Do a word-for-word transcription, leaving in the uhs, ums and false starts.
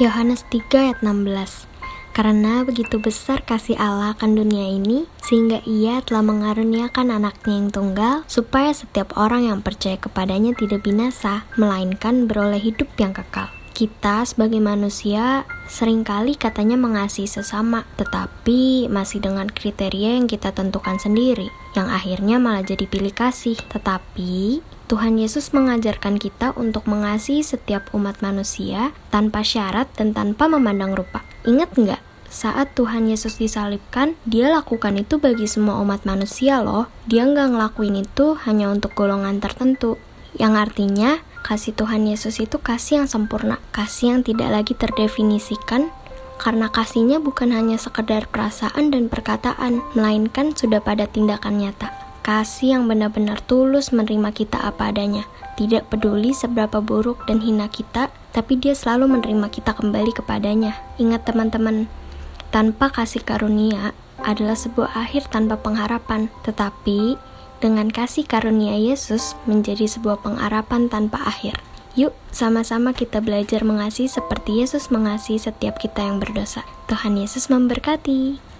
Yohanes tiga ayat enam belas. Karena begitu besar kasih Allah akan dunia ini, sehingga Ia telah mengaruniakan anaknya yang tunggal, supaya setiap orang yang percaya kepadanya tidak binasa, melainkan beroleh hidup yang kekal. Kita sebagai manusia seringkali katanya mengasihi sesama, tetapi masih dengan kriteria yang kita tentukan sendiri, yang akhirnya malah jadi pilih kasih. Tetapi Tuhan Yesus mengajarkan kita untuk mengasihi setiap umat manusia tanpa syarat dan tanpa memandang rupa. Ingat nggak? Saat Tuhan Yesus disalibkan, Dia lakukan itu bagi semua umat manusia loh. Dia nggak ngelakuin itu hanya untuk golongan tertentu. Yang artinya, kasih Tuhan Yesus itu kasih yang sempurna, kasih yang tidak lagi terdefinisikan, karena kasihnya bukan hanya sekedar perasaan dan perkataan, melainkan sudah pada tindakan nyata. Kasih yang benar-benar tulus menerima kita apa adanya, tidak peduli seberapa buruk dan hina kita, tapi Dia selalu menerima kita kembali kepadanya. Ingat teman-teman, tanpa kasih karunia adalah sebuah akhir tanpa pengharapan, tetapi dengan kasih karunia Yesus menjadi sebuah pengharapan tanpa akhir. Yuk, sama-sama kita belajar mengasihi seperti Yesus mengasihi setiap kita yang berdosa. Tuhan Yesus memberkati.